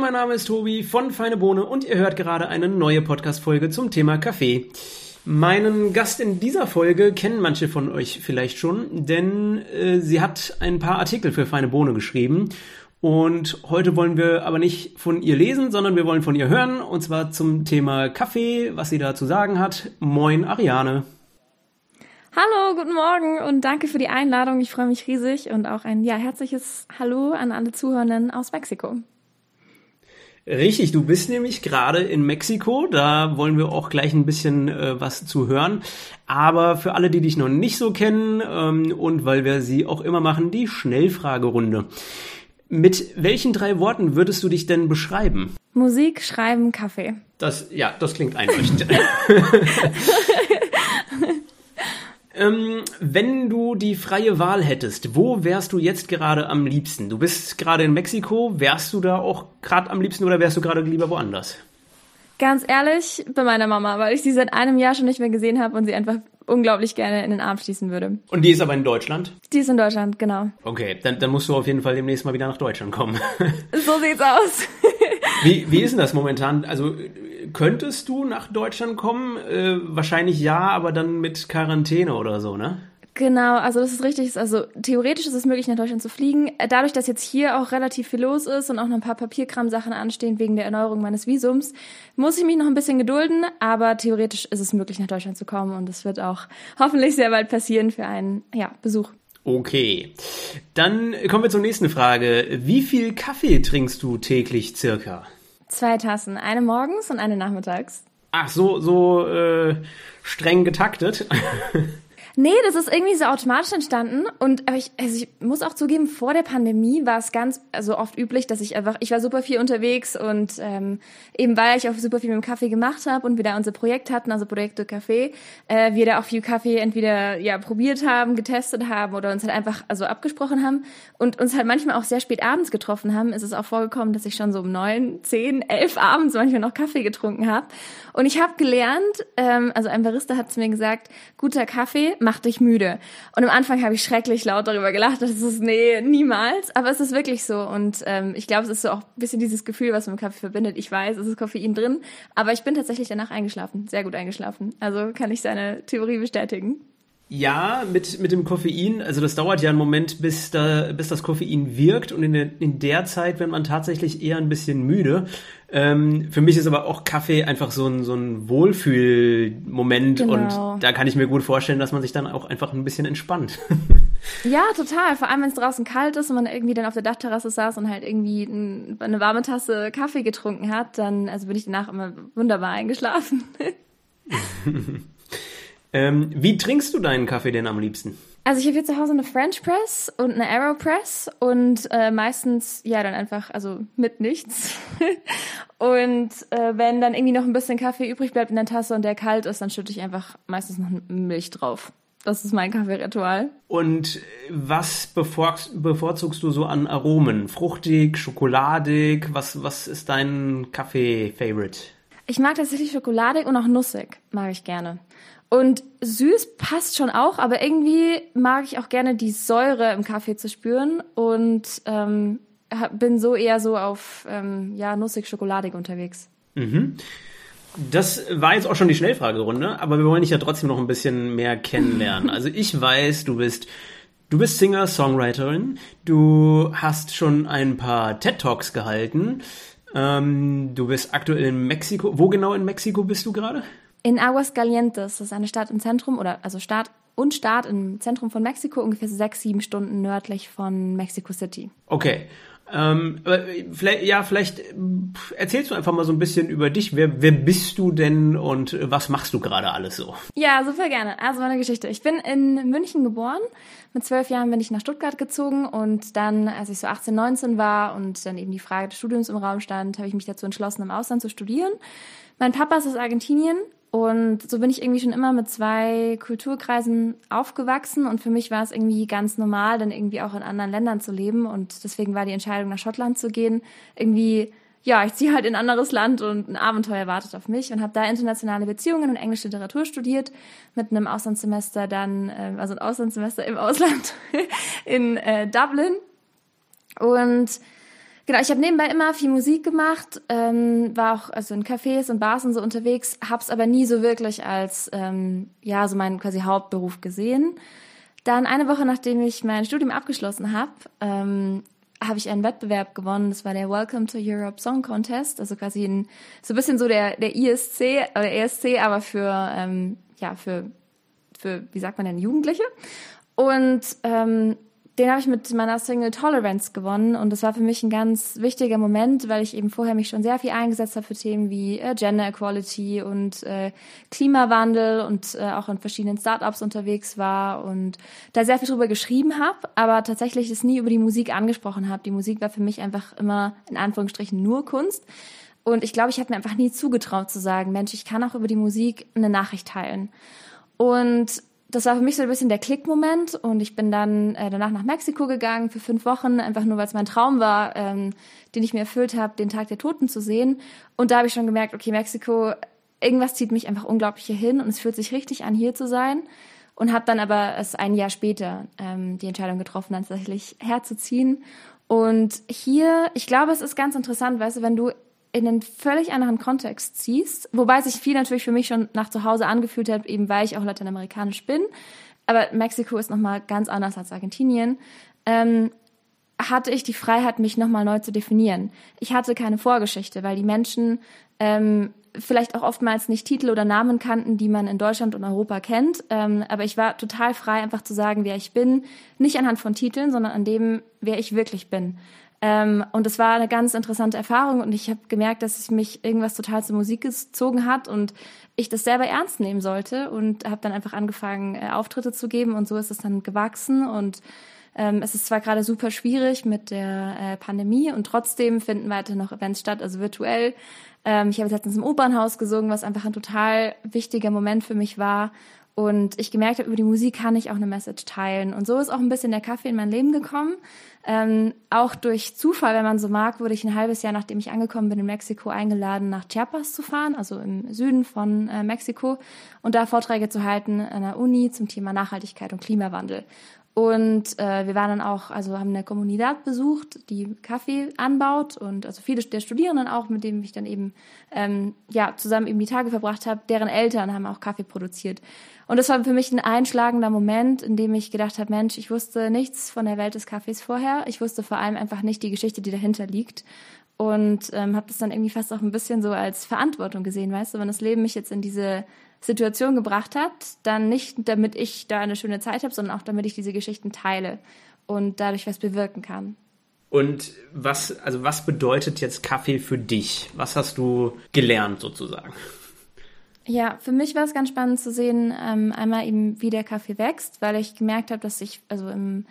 mein Name ist Tobi von Feine Bohne und ihr hört gerade eine neue Podcast-Folge zum Thema Kaffee. Meinen Gast in dieser Folge kennen manche von euch vielleicht schon, denn sie hat ein paar Artikel für Feine Bohne geschrieben. Und heute wollen wir aber nicht von ihr lesen, sondern wir wollen von ihr hören, und zwar zum Thema Kaffee, was sie da zu sagen hat. Moin, Ariane. Hallo, guten Morgen und danke für die Einladung. Ich freue mich riesig und auch ein herzliches Hallo an alle Zuhörenden aus Mexiko. Richtig, du bist nämlich gerade in Mexiko, da wollen wir auch gleich ein bisschen was zu hören. Aber für alle, die dich noch nicht so kennen und weil wir sie auch immer machen, die Schnellfragerunde. Mit welchen 3 Worten würdest du dich denn beschreiben? Musik, Schreiben, Kaffee. Das klingt einleuchtend. Wenn du die freie Wahl hättest, wo wärst du jetzt gerade am liebsten? Du bist gerade in Mexiko, wärst du da auch gerade am liebsten oder wärst du gerade lieber woanders? Ganz ehrlich, bei meiner Mama, weil ich sie seit einem Jahr schon nicht mehr gesehen habe und sie einfach unglaublich gerne in den Arm schließen würde. Und die ist aber in Deutschland? Die ist in Deutschland, genau. Okay, dann musst du auf jeden Fall demnächst mal wieder nach Deutschland kommen. So sieht's aus. Wie ist denn das momentan? Also könntest du nach Deutschland kommen? Wahrscheinlich ja, aber dann mit Quarantäne oder so, ne? Genau, also das ist richtig. Also theoretisch ist es möglich, nach Deutschland zu fliegen. Dadurch, dass jetzt hier auch relativ viel los ist und auch noch ein paar Papierkram-Sachen anstehen wegen der Erneuerung meines Visums, muss ich mich noch ein bisschen gedulden. Aber theoretisch ist es möglich, nach Deutschland zu kommen. Und das wird auch hoffentlich sehr bald passieren für einen Besuch. Okay, dann kommen wir zur nächsten Frage. Wie viel Kaffee trinkst du täglich circa? 2 Tassen, eine morgens und eine nachmittags. Ach, so streng getaktet? Nee, das ist irgendwie so automatisch entstanden. Aber ich muss auch zugeben, vor der Pandemie war es ganz oft üblich, dass ich war super viel unterwegs und eben weil ich auch super viel mit dem Kaffee gemacht habe und wir da unser Projekt hatten, also Proyecto Café, wir da auch viel Kaffee entweder probiert haben, getestet haben oder uns halt einfach abgesprochen haben und uns halt manchmal auch sehr spät abends getroffen haben, ist es auch vorgekommen, dass ich schon so um 9, 10, 11 abends manchmal noch Kaffee getrunken habe. Und ich habe gelernt, ein Barista hat zu mir gesagt, guter Kaffee macht dich müde. Und am Anfang habe ich schrecklich laut darüber gelacht. Das ist, nee, niemals. Aber es ist wirklich so. Und ich glaube, es ist so auch ein bisschen dieses Gefühl, was man mit Kaffee verbindet. Ich weiß, es ist Koffein drin. Aber ich bin tatsächlich danach eingeschlafen. Sehr gut eingeschlafen. Also kann ich seine Theorie bestätigen. Ja, mit dem Koffein, also das dauert ja einen Moment, bis das Koffein wirkt und in der Zeit wird man tatsächlich eher ein bisschen müde. Für mich ist aber auch Kaffee einfach so ein Wohlfühlmoment, genau. Und da kann ich mir gut vorstellen, dass man sich dann auch einfach ein bisschen entspannt. Ja, total. Vor allem, wenn es draußen kalt ist und man irgendwie dann auf der Dachterrasse saß und halt irgendwie eine warme Tasse Kaffee getrunken hat, dann bin ich danach immer wunderbar eingeschlafen. Wie trinkst du deinen Kaffee denn am liebsten? Also ich habe hier zu Hause eine French Press und eine Aeropress und meistens dann einfach mit nichts. Und wenn dann irgendwie noch ein bisschen Kaffee übrig bleibt in der Tasse und der kalt ist, dann schütte ich einfach meistens noch Milch drauf. Das ist mein Kaffeeritual. Und was bevorzugst du so an Aromen? Fruchtig, schokoladig? Was ist dein Kaffee-Favorite? Ich mag tatsächlich schokoladig und auch nussig, mag ich gerne. Und süß passt schon auch, aber irgendwie mag ich auch gerne die Säure im Kaffee zu spüren und bin so eher so auf nussig-schokoladig unterwegs. Mhm. Das war jetzt auch schon die Schnellfragerunde, aber wir wollen dich ja trotzdem noch ein bisschen mehr kennenlernen. Also ich weiß, du bist Singer-Songwriterin, du hast schon ein paar TED-Talks gehalten, du bist aktuell in Mexiko. Wo genau in Mexiko bist du gerade? In Aguascalientes, das ist eine Stadt im Zentrum, Stadt im Zentrum von Mexiko, ungefähr 6-7 Stunden nördlich von Mexico City. Okay. Vielleicht erzählst du einfach mal so ein bisschen über dich. Wer bist du denn und was machst du gerade alles so? Ja, super gerne. Also meine Geschichte. Ich bin in München geboren. Mit 12 Jahren bin ich nach Stuttgart gezogen und dann, als ich so 18, 19 war und dann eben die Frage des Studiums im Raum stand, habe ich mich dazu entschlossen, im Ausland zu studieren. Mein Papa ist aus Argentinien. Und so bin ich irgendwie schon immer mit 2 Kulturkreisen aufgewachsen und für mich war es irgendwie ganz normal, dann irgendwie auch in anderen Ländern zu leben und deswegen war die Entscheidung, nach Schottland zu gehen, irgendwie, ich ziehe halt in ein anderes Land und ein Abenteuer wartet auf mich und habe da internationale Beziehungen und englische Literatur studiert, mit einem Auslandssemester dann, ein Auslandssemester im Ausland in Dublin und Genau, ich habe nebenbei immer viel Musik gemacht, war auch also in Cafés und Bars und so unterwegs, habe es aber nie so wirklich als so meinen quasi Hauptberuf gesehen. Dann eine Woche, nachdem ich mein Studium abgeschlossen habe, habe ich einen Wettbewerb gewonnen. Das war der Welcome to Europe Song Contest, also quasi so ein bisschen so der ISC oder ESC, aber für wie sagt man denn, Jugendliche. Und den habe ich mit meiner Single Tolerance gewonnen und das war für mich ein ganz wichtiger Moment, weil ich eben vorher mich schon sehr viel eingesetzt habe für Themen wie Gender Equality und Klimawandel und auch in verschiedenen Startups unterwegs war und da sehr viel drüber geschrieben habe, aber tatsächlich es nie über die Musik angesprochen habe. Die Musik war für mich einfach immer in Anführungsstrichen nur Kunst und ich glaube, ich habe mir einfach nie zugetraut zu sagen, Mensch, ich kann auch über die Musik eine Nachricht teilen. Und das war für mich so ein bisschen der Klickmoment und ich bin dann danach nach Mexiko gegangen für 5 Wochen, einfach nur, weil es mein Traum war, den ich mir erfüllt habe, den Tag der Toten zu sehen. Und da habe ich schon gemerkt, okay, Mexiko, irgendwas zieht mich einfach unglaublich hier hin und es fühlt sich richtig an, hier zu sein. Und habe dann aber es ein Jahr später die Entscheidung getroffen, dann tatsächlich herzuziehen. Und hier, ich glaube, es ist ganz interessant, weißt du, wenn du in einen völlig anderen Kontext ziehst, wobei sich viel natürlich für mich schon nach zu Hause angefühlt hat, eben weil ich auch lateinamerikanisch bin, aber Mexiko ist nochmal ganz anders als Argentinien, hatte ich die Freiheit, mich nochmal neu zu definieren. Ich hatte keine Vorgeschichte, weil die Menschen vielleicht auch oftmals nicht Titel oder Namen kannten, die man in Deutschland und Europa kennt, aber ich war total frei, einfach zu sagen, wer ich bin, nicht anhand von Titeln, sondern an dem, wer ich wirklich bin. Und es war eine ganz interessante Erfahrung und ich habe gemerkt, dass es mich irgendwas total zur Musik gezogen hat und ich das selber ernst nehmen sollte und habe dann einfach angefangen, Auftritte zu geben und so ist es dann gewachsen und es ist zwar gerade super schwierig mit der Pandemie und trotzdem finden weiter noch Events statt, also virtuell. Ich habe jetzt letztens im Opernhaus gesungen, was einfach ein total wichtiger Moment für mich war. Und ich gemerkt habe, über die Musik kann ich auch eine Message teilen. Und so ist auch ein bisschen der Kaffee in mein Leben gekommen. Auch durch Zufall, wenn man so mag, wurde ich ein halbes Jahr, nachdem ich angekommen bin in Mexiko, eingeladen, nach Chiapas zu fahren, also im Süden von Mexiko, und da Vorträge zu halten an der Uni zum Thema Nachhaltigkeit und Klimawandel. Und wir waren dann auch, also haben eine Comunidad besucht, die Kaffee anbaut und also viele der Studierenden auch, mit denen ich dann eben zusammen eben die Tage verbracht habe, deren Eltern haben auch Kaffee produziert. Und das war für mich ein einschlagender Moment, in dem ich gedacht habe, Mensch, ich wusste nichts von der Welt des Kaffees vorher. Ich wusste vor allem einfach nicht die Geschichte, die dahinter liegt. Und habe das dann irgendwie fast auch ein bisschen so als Verantwortung gesehen, weißt du, wenn das Leben mich jetzt in diese Situation gebracht hat, dann nicht, damit ich da eine schöne Zeit habe, sondern auch, damit ich diese Geschichten teile und dadurch was bewirken kann. Und was bedeutet jetzt Kaffee für dich? Was hast du gelernt sozusagen? Ja, für mich war es ganz spannend zu sehen, einmal eben, wie der Kaffee wächst, weil ich gemerkt habe, dass ich also im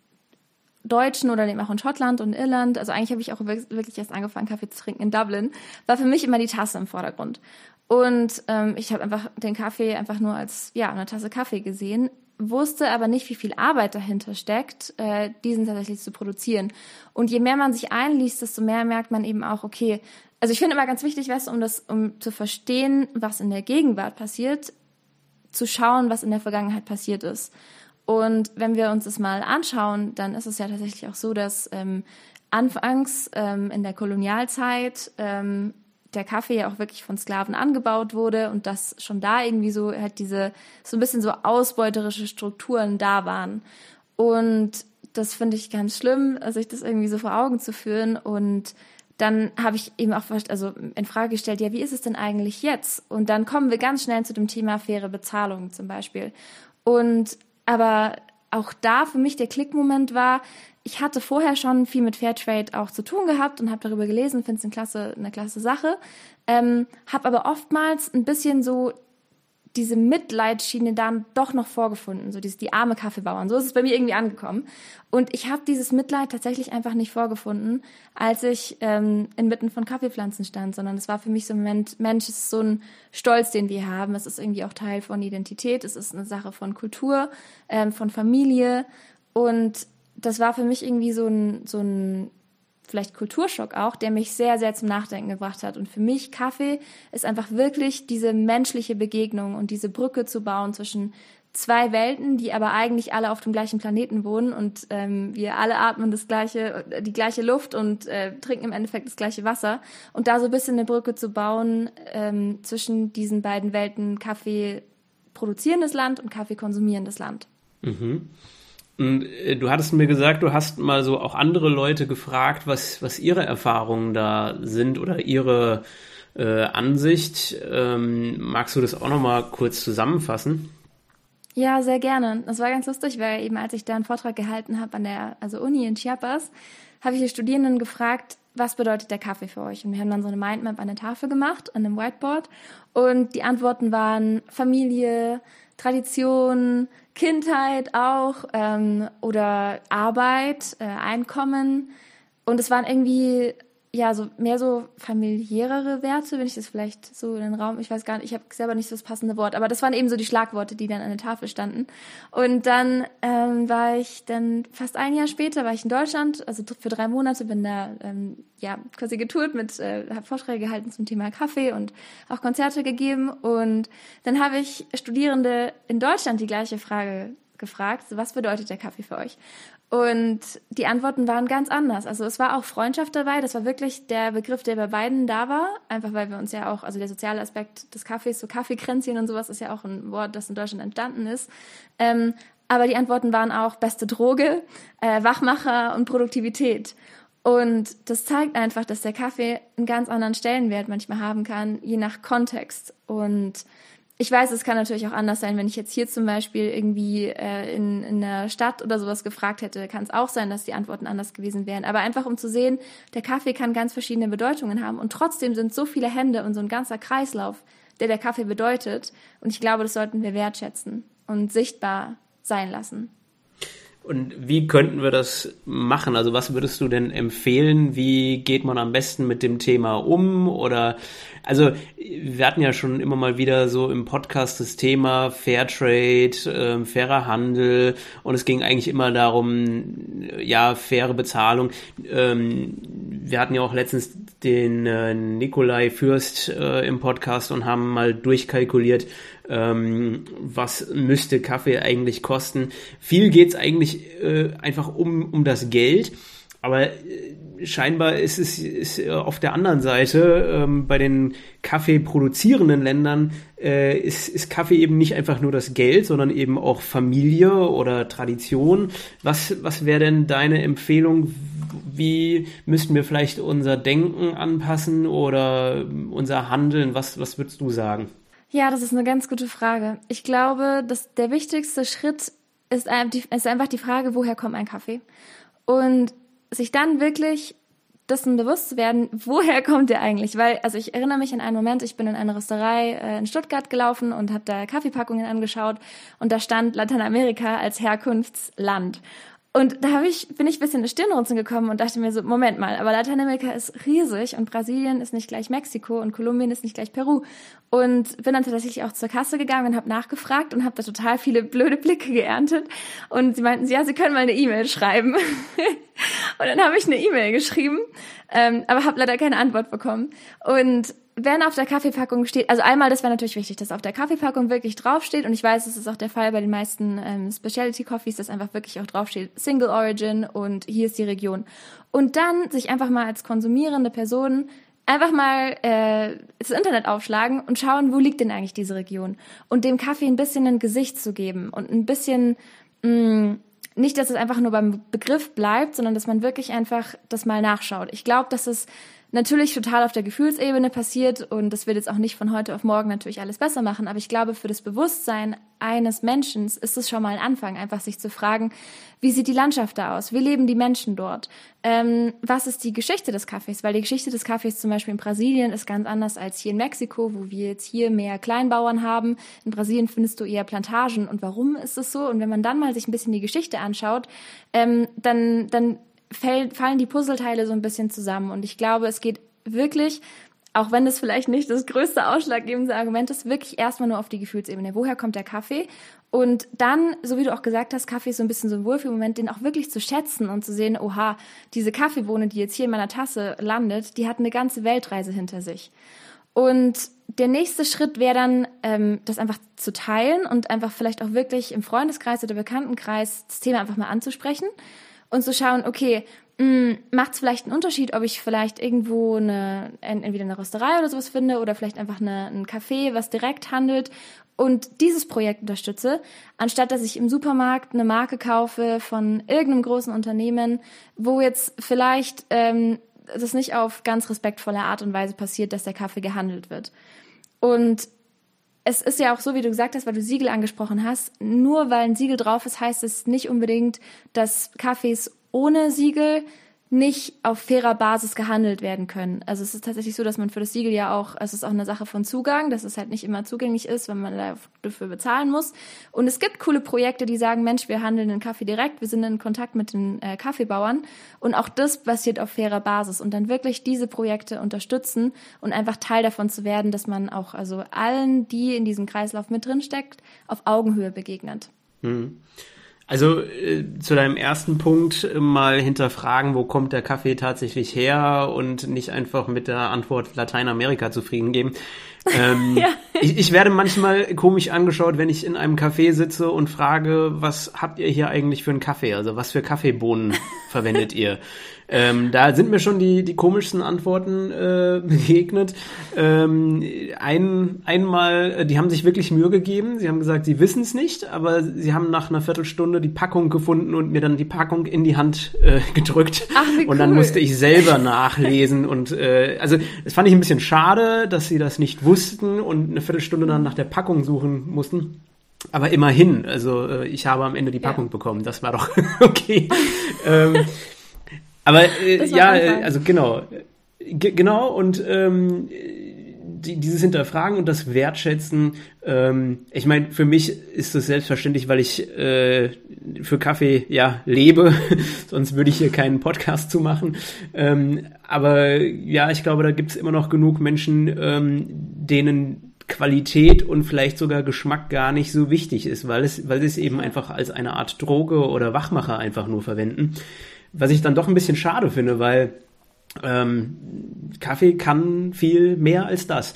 Deutschen oder eben auch in Schottland und Irland, also eigentlich habe ich auch wirklich erst angefangen, Kaffee zu trinken in Dublin, war für mich immer die Tasse im Vordergrund. Und ich habe einfach den Kaffee einfach nur als eine Tasse Kaffee gesehen, wusste aber nicht, wie viel Arbeit dahinter steckt, diesen tatsächlich zu produzieren. Und je mehr man sich einliest, desto mehr merkt man eben auch, okay, also ich finde immer ganz wichtig, weißt du, um zu verstehen, was in der Gegenwart passiert, zu schauen, was in der Vergangenheit passiert ist. Und wenn wir uns das mal anschauen, dann ist es ja tatsächlich auch so, dass anfangs in der Kolonialzeit der Kaffee ja auch wirklich von Sklaven angebaut wurde und dass schon da irgendwie so halt diese so ein bisschen so ausbeuterische Strukturen da waren. Und das finde ich ganz schlimm, sich das irgendwie so vor Augen zu führen. Und dann habe ich eben auch in Frage gestellt, ja, wie ist es denn eigentlich jetzt? Und dann kommen wir ganz schnell zu dem Thema faire Bezahlung zum Beispiel. Aber auch da für mich der Klickmoment war, ich hatte vorher schon viel mit Fairtrade auch zu tun gehabt und habe darüber gelesen, finde es eine klasse Sache, habe aber oftmals ein bisschen so diese Mitleidsschiene dann doch noch vorgefunden, so die arme Kaffeebauern. So ist es bei mir irgendwie angekommen. Und ich habe dieses Mitleid tatsächlich einfach nicht vorgefunden, als ich inmitten von Kaffeepflanzen stand, sondern es war für mich so ein Moment, Mensch, es ist so ein Stolz, den wir haben. Es ist irgendwie auch Teil von Identität, es ist eine Sache von Kultur, von Familie. Und das war für mich irgendwie so ein vielleicht Kulturschock auch, der mich sehr, sehr zum Nachdenken gebracht hat. Und für mich, Kaffee ist einfach wirklich diese menschliche Begegnung und diese Brücke zu bauen zwischen 2 Welten, die aber eigentlich alle auf dem gleichen Planeten wohnen und wir alle atmen die gleiche Luft und trinken im Endeffekt das gleiche Wasser. Und da so ein bisschen eine Brücke zu bauen zwischen diesen beiden Welten, Kaffee produzierendes Land und Kaffee konsumierendes Land. Mhm. Und du hattest mir gesagt, du hast mal so auch andere Leute gefragt, was ihre Erfahrungen da sind oder ihre Ansicht. Magst du das auch nochmal kurz zusammenfassen? Ja, sehr gerne. Das war ganz lustig, weil eben als ich da einen Vortrag gehalten habe an der Uni in Chiapas, habe ich die Studierenden gefragt, was bedeutet der Kaffee für euch? Und wir haben dann so eine Mindmap an der Tafel gemacht, an einem Whiteboard. Und die Antworten waren Familie, Tradition, Kindheit auch oder Arbeit, Einkommen. Und es waren irgendwie ja so mehr so familiärere Werte, wenn ich das vielleicht so in den Raum, ich weiß gar nicht, ich habe selber nicht so das passende Wort, aber das waren eben so die Schlagworte, die dann an der Tafel standen. Und dann war ich dann fast ein Jahr später, war ich in Deutschland, also für 3 Monate, bin da quasi getourt habe Vorträge gehalten zum Thema Kaffee und auch Konzerte gegeben. Und dann habe ich Studierende in Deutschland die gleiche Frage gefragt, was bedeutet der Kaffee für euch? Und die Antworten waren ganz anders. Also es war auch Freundschaft dabei. Das war wirklich der Begriff, der bei beiden da war. Einfach weil wir uns ja auch, also der soziale Aspekt des Kaffees, so Kaffeekränzchen und sowas ist ja auch ein Wort, das in Deutschland entstanden ist. Aber die Antworten waren auch beste Droge, Wachmacher und Produktivität. Und das zeigt einfach, dass der Kaffee einen ganz anderen Stellenwert manchmal haben kann, je nach Kontext. Und ich weiß, es kann natürlich auch anders sein, wenn ich jetzt hier zum Beispiel irgendwie in einer Stadt oder sowas gefragt hätte, kann es auch sein, dass die Antworten anders gewesen wären. Aber einfach um zu sehen, der Kaffee kann ganz verschiedene Bedeutungen haben und trotzdem sind so viele Hände und so ein ganzer Kreislauf, der Kaffee bedeutet. Und ich glaube, das sollten wir wertschätzen und sichtbar sein lassen. Und wie könnten wir das machen? Also was würdest du denn empfehlen? Wie geht man am besten mit dem Thema um? Oder also wir hatten ja schon immer mal wieder so im Podcast das Thema Fairtrade, fairer Handel und es ging eigentlich immer darum, ja, faire Bezahlung. Wir hatten ja auch letztens den Nikolai Fürst im Podcast und haben mal durchkalkuliert, was müsste Kaffee eigentlich kosten. Viel geht's eigentlich einfach um das Geld, aber scheinbar ist auf der anderen Seite bei den Kaffee produzierenden Ländern ist Kaffee eben nicht einfach nur das Geld, sondern eben auch Familie oder Tradition. Was wäre denn deine Empfehlung? Wie müssten wir vielleicht unser Denken anpassen oder unser Handeln? Was würdest du sagen? Ja, das ist eine ganz gute Frage. Ich glaube, dass der wichtigste Schritt ist einfach die Frage, woher kommt ein Kaffee? Und sich dann wirklich dessen bewusst zu werden, woher kommt der eigentlich? Weil, also ich erinnere mich an einen Moment, ich bin in eine Rösterei in Stuttgart gelaufen und habe da Kaffeepackungen angeschaut und da stand Lateinamerika als Herkunftsland. Und da bin ich ein bisschen in Stirnrunzeln gekommen und dachte mir so, Moment mal, aber Lateinamerika ist riesig und Brasilien ist nicht gleich Mexiko und Kolumbien ist nicht gleich Peru. Und bin dann tatsächlich auch zur Kasse gegangen und habe nachgefragt und habe da total viele blöde Blicke geerntet. Und sie meinten, ja, sie können mal eine E-Mail schreiben. Und dann habe ich eine E-Mail geschrieben, aber habe leider keine Antwort bekommen. Und wenn auf der Kaffeepackung steht, also einmal, das wäre natürlich wichtig, dass auf der Kaffeepackung wirklich draufsteht und ich weiß, das ist auch der Fall bei den meisten Specialty Coffees, dass einfach wirklich auch draufsteht Single Origin und hier ist die Region. Und dann sich einfach mal als konsumierende Person einfach mal das Internet aufschlagen und schauen, wo liegt denn eigentlich diese Region und dem Kaffee ein bisschen ein Gesicht zu geben und ein bisschen nicht, dass es einfach nur beim Begriff bleibt, sondern dass man wirklich einfach das mal nachschaut. Ich glaube, dass es natürlich total auf der Gefühlsebene passiert und das wird jetzt auch nicht von heute auf morgen natürlich alles besser machen, aber ich glaube, für das Bewusstsein eines Menschen ist es schon mal ein Anfang, einfach sich zu fragen, wie sieht die Landschaft da aus? Wie leben die Menschen dort? Was ist die Geschichte des Kaffees? Weil die Geschichte des Kaffees zum Beispiel in Brasilien ist ganz anders als hier in Mexiko, wo wir jetzt hier mehr Kleinbauern haben. In Brasilien findest du eher Plantagen. Und warum ist es so? Und wenn man dann mal sich ein bisschen die Geschichte anschaut, dann fallen die Puzzleteile so ein bisschen zusammen. Und ich glaube, es geht wirklich, auch wenn das vielleicht nicht das größte ausschlaggebende Argument ist, wirklich erstmal nur auf die Gefühlsebene. Woher kommt der Kaffee? Und dann, so wie du auch gesagt hast, Kaffee ist so ein bisschen so ein Wohlfühlmoment, den auch wirklich zu schätzen und zu sehen, oha, diese Kaffeebohne, die jetzt hier in meiner Tasse landet, die hat eine ganze Weltreise hinter sich. Und der nächste Schritt wäre dann, das einfach zu teilen und einfach vielleicht auch wirklich im Freundeskreis oder Bekanntenkreis das Thema einfach mal anzusprechen und zu schauen, okay, macht es vielleicht einen Unterschied, ob ich vielleicht irgendwo entweder eine Rösterei oder sowas finde oder vielleicht einfach ein Café, was direkt handelt und dieses Projekt unterstütze, anstatt dass ich im Supermarkt eine Marke kaufe von irgendeinem großen Unternehmen, wo jetzt vielleicht das nicht auf ganz respektvolle Art und Weise passiert, dass der Kaffee gehandelt wird. Und es ist ja auch so, wie du gesagt hast, weil du Siegel angesprochen hast, nur weil ein Siegel drauf ist, heißt es nicht unbedingt, dass Kaffees ohne Siegel nicht auf fairer Basis gehandelt werden können. Also es ist tatsächlich so, dass man für das Siegel ja auch, es ist auch eine Sache von Zugang, dass es halt nicht immer zugänglich ist, wenn man dafür bezahlen muss. Und es gibt coole Projekte, die sagen, Mensch, wir handeln den Kaffee direkt, wir sind in Kontakt mit den Kaffeebauern und auch das basiert auf fairer Basis und dann wirklich diese Projekte unterstützen und einfach Teil davon zu werden, dass man auch also allen, die in diesem Kreislauf mit drin steckt, auf Augenhöhe begegnet. Also zu deinem ersten Punkt mal hinterfragen, wo kommt der Kaffee tatsächlich her und nicht einfach mit der Antwort Lateinamerika zufrieden geben. Ja. Ich werde manchmal komisch angeschaut, wenn ich in einem Café sitze und frage, was habt ihr hier eigentlich für einen Kaffee? Also was für Kaffeebohnen verwendet ihr? Da sind mir schon die komischsten Antworten begegnet. Einmal, die haben sich wirklich Mühe gegeben. Sie haben gesagt, sie wissen es nicht, aber sie haben nach einer Viertelstunde die Packung gefunden und mir dann die Packung in die Hand gedrückt. Ach, wie cool. Und dann musste ich selber nachlesen. Und also das fand ich ein bisschen schade, dass sie das nicht wussten und eine Viertelstunde dann nach der Packung suchen mussten. Aber immerhin, also ich habe am Ende die Packung bekommen. Das war doch okay. Aber ja, also genau und dieses Hinterfragen und das Wertschätzen, ich meine, für mich ist das selbstverständlich, weil ich für Kaffee ja lebe, sonst würde ich hier keinen Podcast zu machen. Aber ja, ich glaube, da gibt es immer noch genug Menschen, denen Qualität und vielleicht sogar Geschmack gar nicht so wichtig ist, weil sie es eben einfach als eine Art Droge oder Wachmacher einfach nur verwenden. Was ich dann doch ein bisschen schade finde, weil Kaffee kann viel mehr als das.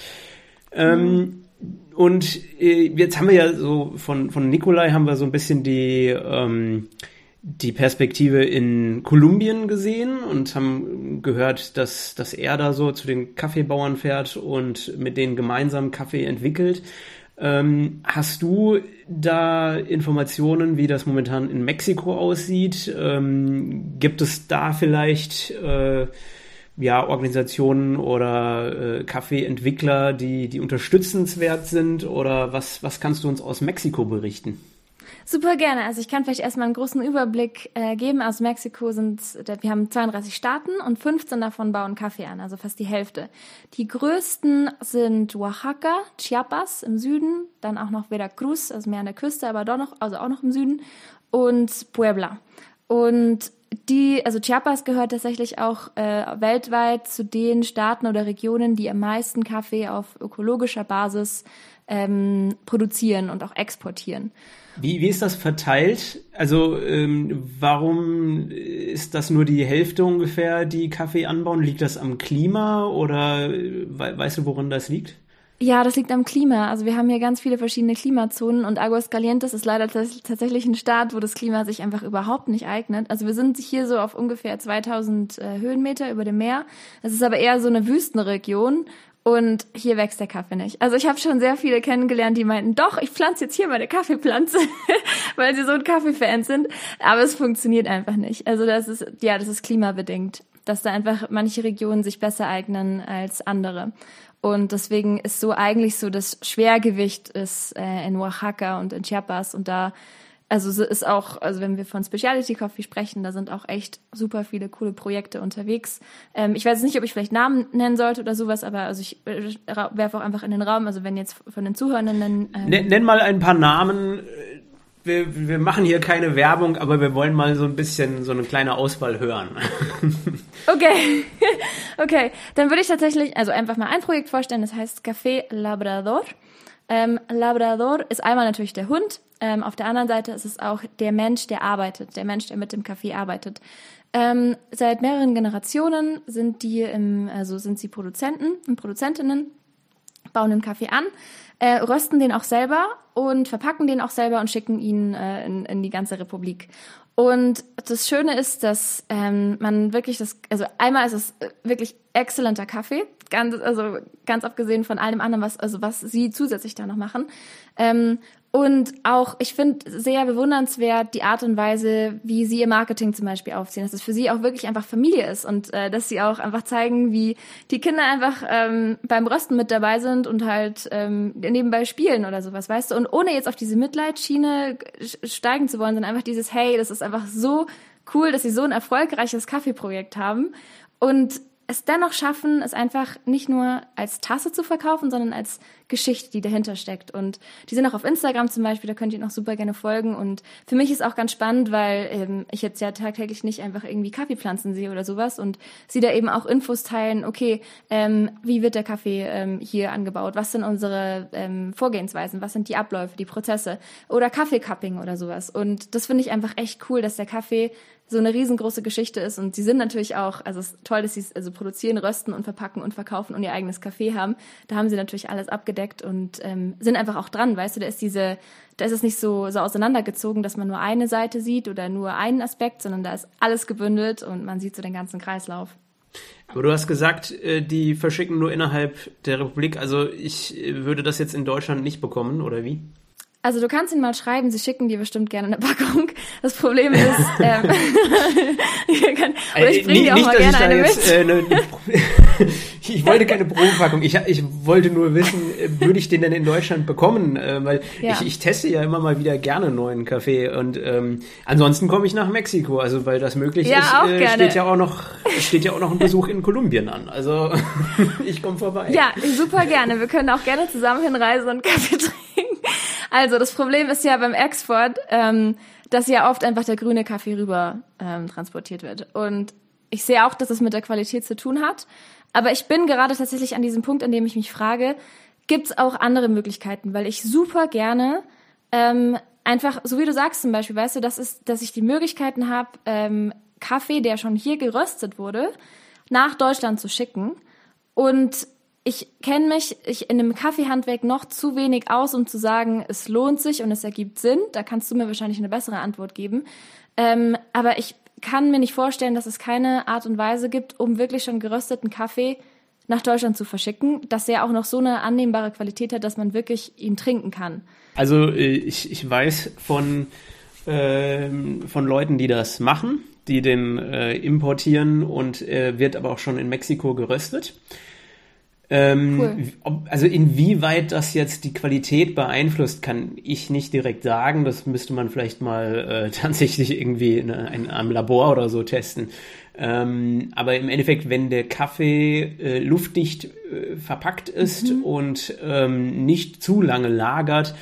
Und jetzt haben wir ja so von Nikolai haben wir so ein bisschen die Perspektive in Kolumbien gesehen und haben gehört, dass er da so zu den Kaffeebauern fährt und mit denen gemeinsam Kaffee entwickelt. Hast du da Informationen, wie das momentan in Mexiko aussieht? Gibt es da vielleicht Organisationen oder Kaffeeentwickler, die unterstützenswert sind? Oder was kannst du uns aus Mexiko berichten? Super gerne. Also ich kann vielleicht erstmal einen großen Überblick geben. Aus Mexiko wir haben 32 Staaten und 15 davon bauen Kaffee an, also fast die Hälfte. Die größten sind Oaxaca, Chiapas im Süden, dann auch noch Veracruz, also mehr an der Küste, aber auch noch im Süden, und Puebla. Und Chiapas gehört tatsächlich auch weltweit zu den Staaten oder Regionen, die am meisten Kaffee auf ökologischer Basis produzieren und auch exportieren. Wie ist das verteilt? Also warum ist das nur die Hälfte ungefähr, die Kaffee anbauen? Liegt das am Klima oder weißt du, woran das liegt? Ja, das liegt am Klima. Also wir haben hier ganz viele verschiedene Klimazonen und Aguascalientes ist leider tatsächlich ein Staat, wo das Klima sich einfach überhaupt nicht eignet. Also wir sind hier so auf ungefähr 2000 Höhenmeter über dem Meer. Es ist aber eher so eine Wüstenregion. Und hier wächst der Kaffee nicht. Also ich habe schon sehr viele kennengelernt, die meinten, doch, ich pflanze jetzt hier meine Kaffeepflanze, weil sie so ein Kaffeefan sind. Aber es funktioniert einfach nicht. Also das ist klimabedingt, dass da einfach manche Regionen sich besser eignen als andere. Und deswegen ist so eigentlich so das Schwergewicht ist in Oaxaca und in Chiapas und da also ist auch, also wenn wir von Specialty Coffee sprechen, da sind auch echt super viele coole Projekte unterwegs. Ich weiß nicht, ob ich vielleicht Namen nennen sollte oder sowas, aber also ich werfe auch einfach in den Raum, also wenn jetzt von den Zuhörenden... Nenn mal ein paar Namen. Wir machen hier keine Werbung, aber wir wollen mal so ein bisschen so eine kleine Auswahl hören. Okay, dann würde ich tatsächlich also einfach mal ein Projekt vorstellen, das heißt Café Labrador. Labrador ist einmal natürlich der Hund, auf der anderen Seite ist es auch der Mensch, der arbeitet, der Mensch, der mit dem Kaffee arbeitet. Seit mehreren Generationen sind sie Produzenten und Produzentinnen bauen den Kaffee an, rösten den auch selber und verpacken den auch selber und schicken ihn in die ganze Republik. Und das Schöne ist, dass man wirklich also einmal ist es wirklich exzellenter Kaffee, ganz abgesehen von allem anderen, was sie zusätzlich da noch machen. Und auch, ich finde sehr bewundernswert die Art und Weise, wie sie ihr Marketing zum Beispiel aufziehen, dass es für sie auch wirklich einfach Familie ist und dass sie auch einfach zeigen, wie die Kinder einfach beim Rösten mit dabei sind und halt nebenbei spielen oder sowas, weißt du? Und ohne jetzt auf diese Mitleidsschiene steigen zu wollen, sondern einfach dieses, hey, das ist einfach so cool, dass sie so ein erfolgreiches Kaffeeprojekt haben und es dennoch schaffen, es einfach nicht nur als Tasse zu verkaufen, sondern als Geschichte, die dahinter steckt. Und die sind auch auf Instagram zum Beispiel, da könnt ihr noch super gerne folgen. Und für mich ist auch ganz spannend, weil ich jetzt ja tagtäglich nicht einfach irgendwie Kaffeepflanzen sehe oder sowas und sie da eben auch Infos teilen, okay, wie wird der Kaffee hier angebaut, was sind unsere Vorgehensweisen, was sind die Abläufe, die Prozesse oder Kaffeecupping oder sowas. Und das finde ich einfach echt cool, dass der Kaffee so eine riesengroße Geschichte ist und sie sind natürlich auch, also es ist toll, dass sie es also produzieren, rösten und verpacken und verkaufen und ihr eigenes Café haben. Da haben sie natürlich alles abgedeckt und sind einfach auch dran, weißt du, da ist es nicht so auseinandergezogen, dass man nur eine Seite sieht oder nur einen Aspekt, sondern da ist alles gebündelt und man sieht so den ganzen Kreislauf. Aber du hast gesagt, die verschicken nur innerhalb der Republik, also ich würde das jetzt in Deutschland nicht bekommen, oder wie? Also du kannst ihnen mal schreiben, sie schicken dir bestimmt gerne eine Packung. Das Problem ist, ich bringe dir auch mal gerne eine mit. Ich wollte keine Probepackung. Ich wollte nur wissen, würde ich den denn in Deutschland bekommen? Weil ich teste ja immer mal wieder gerne neuen Kaffee und ansonsten komme ich nach Mexiko. Also weil das möglich ist, steht ja auch noch ein Besuch in Kolumbien an. Also ich komme vorbei. Ja, super gerne. Wir können auch gerne zusammen hinreisen und Kaffee trinken. Also das Problem ist ja beim Export, dass ja oft einfach der grüne Kaffee rüber transportiert wird. Und ich sehe auch, dass es mit der Qualität zu tun hat. Aber ich bin gerade tatsächlich an diesem Punkt, an dem ich mich frage, gibt es auch andere Möglichkeiten? Weil ich super gerne einfach, so wie du sagst zum Beispiel, weißt du, dass ich die Möglichkeiten habe, Kaffee, der schon hier geröstet wurde, nach Deutschland zu schicken. Und ich kenne mich in dem Kaffeehandwerk noch zu wenig aus, um zu sagen, es lohnt sich und es ergibt Sinn. Da kannst du mir wahrscheinlich eine bessere Antwort geben. Aber ich kann mir nicht vorstellen, dass es keine Art und Weise gibt, um wirklich schon gerösteten Kaffee nach Deutschland zu verschicken, dass er auch noch so eine annehmbare Qualität hat, dass man wirklich ihn trinken kann. Also ich weiß von Leuten, die das machen, die den importieren und wird aber auch schon in Mexiko geröstet. Cool. Also inwieweit das jetzt die Qualität beeinflusst, kann ich nicht direkt sagen. Das müsste man vielleicht mal tatsächlich irgendwie in einem Labor oder so testen. Aber im Endeffekt, wenn der Kaffee luftdicht verpackt ist und nicht zu lange lagert,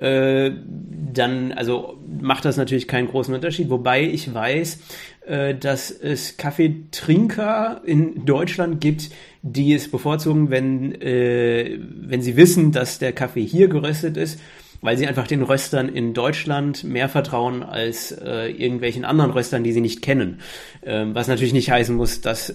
dann also macht das natürlich keinen großen Unterschied. Wobei ich weiß, dass es Kaffeetrinker in Deutschland gibt, die es bevorzugen, wenn sie wissen, dass der Kaffee hier geröstet ist, weil sie einfach den Röstern in Deutschland mehr vertrauen als irgendwelchen anderen Röstern, die sie nicht kennen. Was natürlich nicht heißen muss, dass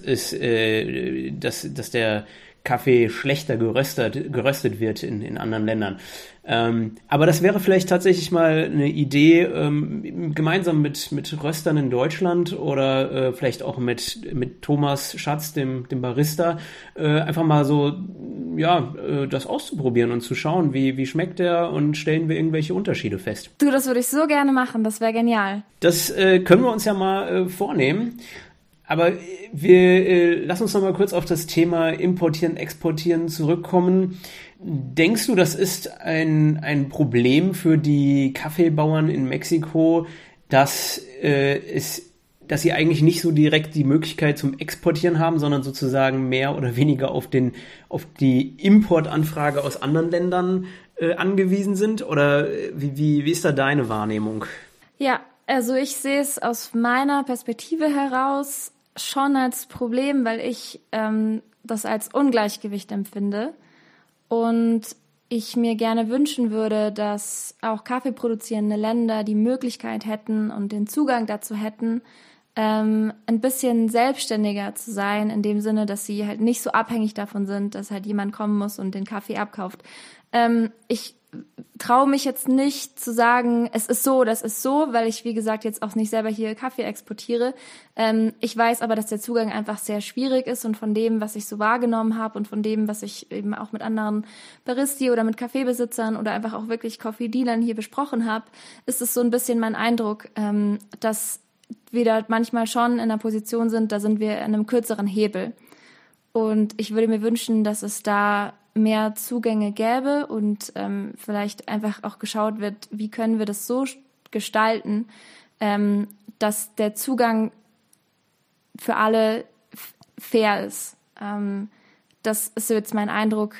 der Kaffee schlechter geröstet wird in anderen Ländern. Aber das wäre vielleicht tatsächlich mal eine Idee, gemeinsam mit Röstern in Deutschland oder vielleicht auch mit Thomas Schatz, dem Barista, einfach mal so, das auszuprobieren und zu schauen, wie schmeckt der und stellen wir irgendwelche Unterschiede fest. Du, das würde ich so gerne machen, das wäre genial. Das können wir uns ja mal vornehmen. Aber wir lass uns noch mal kurz auf das Thema Importieren, Exportieren zurückkommen. Denkst du, das ist ein Problem für die Kaffeebauern in Mexiko, dass sie eigentlich nicht so direkt die Möglichkeit zum Exportieren haben, sondern sozusagen mehr oder weniger auf die Importanfrage aus anderen Ländern angewiesen sind? Oder wie ist da deine Wahrnehmung? Ja, also ich sehe es aus meiner Perspektive heraus schon als Problem, weil ich das als Ungleichgewicht empfinde und ich mir gerne wünschen würde, dass auch kaffeeproduzierende Länder die Möglichkeit hätten und den Zugang dazu hätten, ein bisschen selbstständiger zu sein, in dem Sinne, dass sie halt nicht so abhängig davon sind, dass halt jemand kommen muss und den Kaffee abkauft. Ich traue mich jetzt nicht zu sagen, es ist so, das ist so, weil ich, wie gesagt, jetzt auch nicht selber hier Kaffee exportiere. Ich weiß aber, dass der Zugang einfach sehr schwierig ist und von dem, was ich so wahrgenommen habe und von dem, was ich eben auch mit anderen Baristi oder mit Kaffeebesitzern oder einfach auch wirklich Coffee-Dealern hier besprochen habe, ist es so ein bisschen mein Eindruck, dass wir da manchmal schon in einer Position sind, da sind wir in einem kürzeren Hebel. Und ich würde mir wünschen, dass es da mehr Zugänge gäbe und vielleicht einfach auch geschaut wird, wie können wir das so gestalten, dass der Zugang für alle fair ist. Das ist jetzt mein Eindruck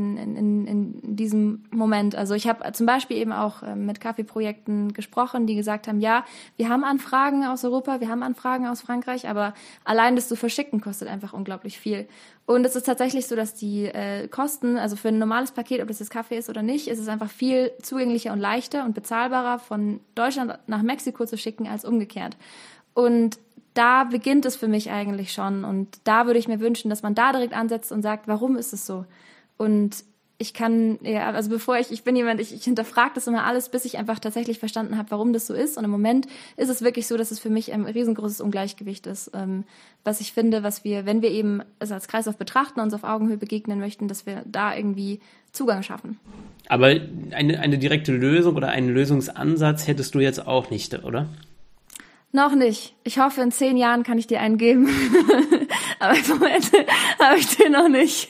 in diesem Moment. Also ich habe zum Beispiel eben auch mit Kaffeeprojekten gesprochen, die gesagt haben, ja, wir haben Anfragen aus Europa, wir haben Anfragen aus Frankreich, aber allein das zu verschicken kostet einfach unglaublich viel. Und es ist tatsächlich so, dass die Kosten, also für ein normales Paket, ob das jetzt Kaffee ist oder nicht, ist es einfach viel zugänglicher und leichter und bezahlbarer von Deutschland nach Mexiko zu schicken als umgekehrt. Und da beginnt es für mich eigentlich schon. Und da würde ich mir wünschen, dass man da direkt ansetzt und sagt, warum ist es so? Und ich kann, ja, also ich bin jemand, ich hinterfrage das immer alles, bis ich einfach tatsächlich verstanden habe, warum das so ist. Und im Moment ist es wirklich so, dass es für mich ein riesengroßes Ungleichgewicht ist, was ich finde, was wir, wenn wir eben es als Kreislauf betrachten, uns auf Augenhöhe begegnen möchten, dass wir da irgendwie Zugang schaffen. Aber eine direkte Lösung oder einen Lösungsansatz hättest du jetzt auch nicht, oder? Noch nicht. Ich hoffe, in 10 Jahren kann ich dir einen geben. Aber im Moment habe ich den noch nicht.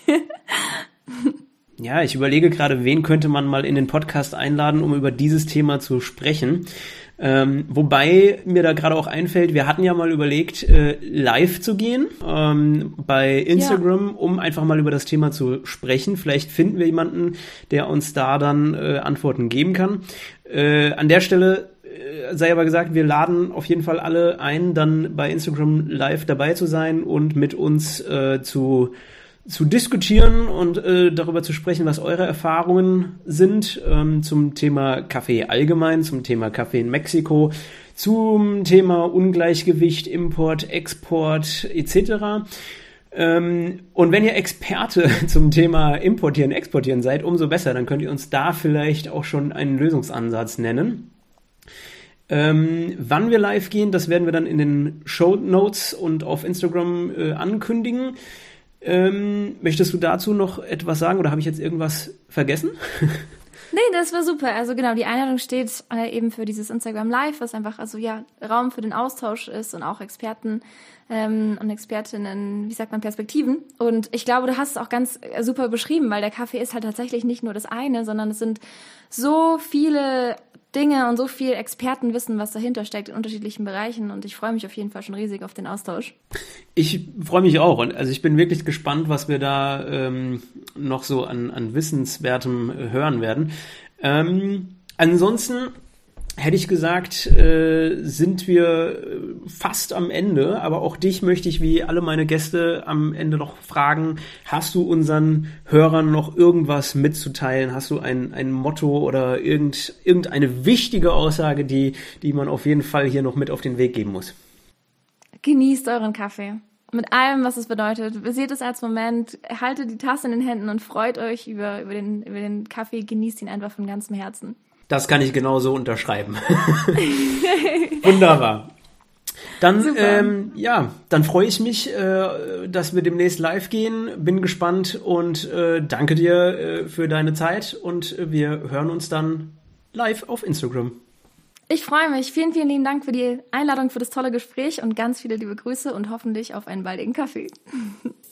Ja, ich überlege gerade, wen könnte man mal in den Podcast einladen, um über dieses Thema zu sprechen. Wobei mir da gerade auch einfällt, wir hatten ja mal überlegt, live zu gehen bei Instagram, ja, um einfach mal über das Thema zu sprechen. Vielleicht finden wir jemanden, der uns da dann Antworten geben kann. An der Stelle sei aber gesagt, wir laden auf jeden Fall alle ein, dann bei Instagram live dabei zu sein und mit uns zu diskutieren und darüber zu sprechen, was eure Erfahrungen sind zum Thema Kaffee allgemein, zum Thema Kaffee in Mexiko, zum Thema Ungleichgewicht, Import, Export etc. Und wenn ihr Experte zum Thema Importieren, Exportieren seid, umso besser, dann könnt ihr uns da vielleicht auch schon einen Lösungsansatz nennen. Wann wir live gehen, das werden wir dann in den Shownotes und auf Instagram ankündigen. Möchtest du dazu noch etwas sagen oder habe ich jetzt irgendwas vergessen? Nee, das war super. Also genau, die Einladung steht eben für dieses Instagram Live, was einfach also ja Raum für den Austausch ist und auch Experten und Expertinnen, wie sagt man, Perspektiven. Und ich glaube, du hast es auch ganz super beschrieben, weil der Kaffee ist halt tatsächlich nicht nur das eine, sondern es sind so viele Dinge und so viel Expertenwissen, was dahinter steckt in unterschiedlichen Bereichen. Und ich freue mich auf jeden Fall schon riesig auf den Austausch. Ich freue mich auch. Und also ich bin wirklich gespannt, was wir da noch so an Wissenswertem hören werden. Ansonsten hätte ich gesagt, sind wir fast am Ende, aber auch dich möchte ich wie alle meine Gäste am Ende noch fragen, hast du unseren Hörern noch irgendwas mitzuteilen? Hast du ein Motto oder irgendeine wichtige Aussage, die man auf jeden Fall hier noch mit auf den Weg geben muss? Genießt euren Kaffee. Mit allem, was es bedeutet. Seht es als Moment, haltet die Tasse in den Händen und freut euch über den Kaffee, genießt ihn einfach von ganzem Herzen. Das kann ich genauso unterschreiben. Wunderbar. Dann, dann freue ich mich, dass wir demnächst live gehen. Bin gespannt und danke dir für deine Zeit und wir hören uns dann live auf Instagram. Ich freue mich. Vielen, vielen lieben Dank für die Einladung, für das tolle Gespräch und ganz viele liebe Grüße und hoffentlich auf einen baldigen Kaffee.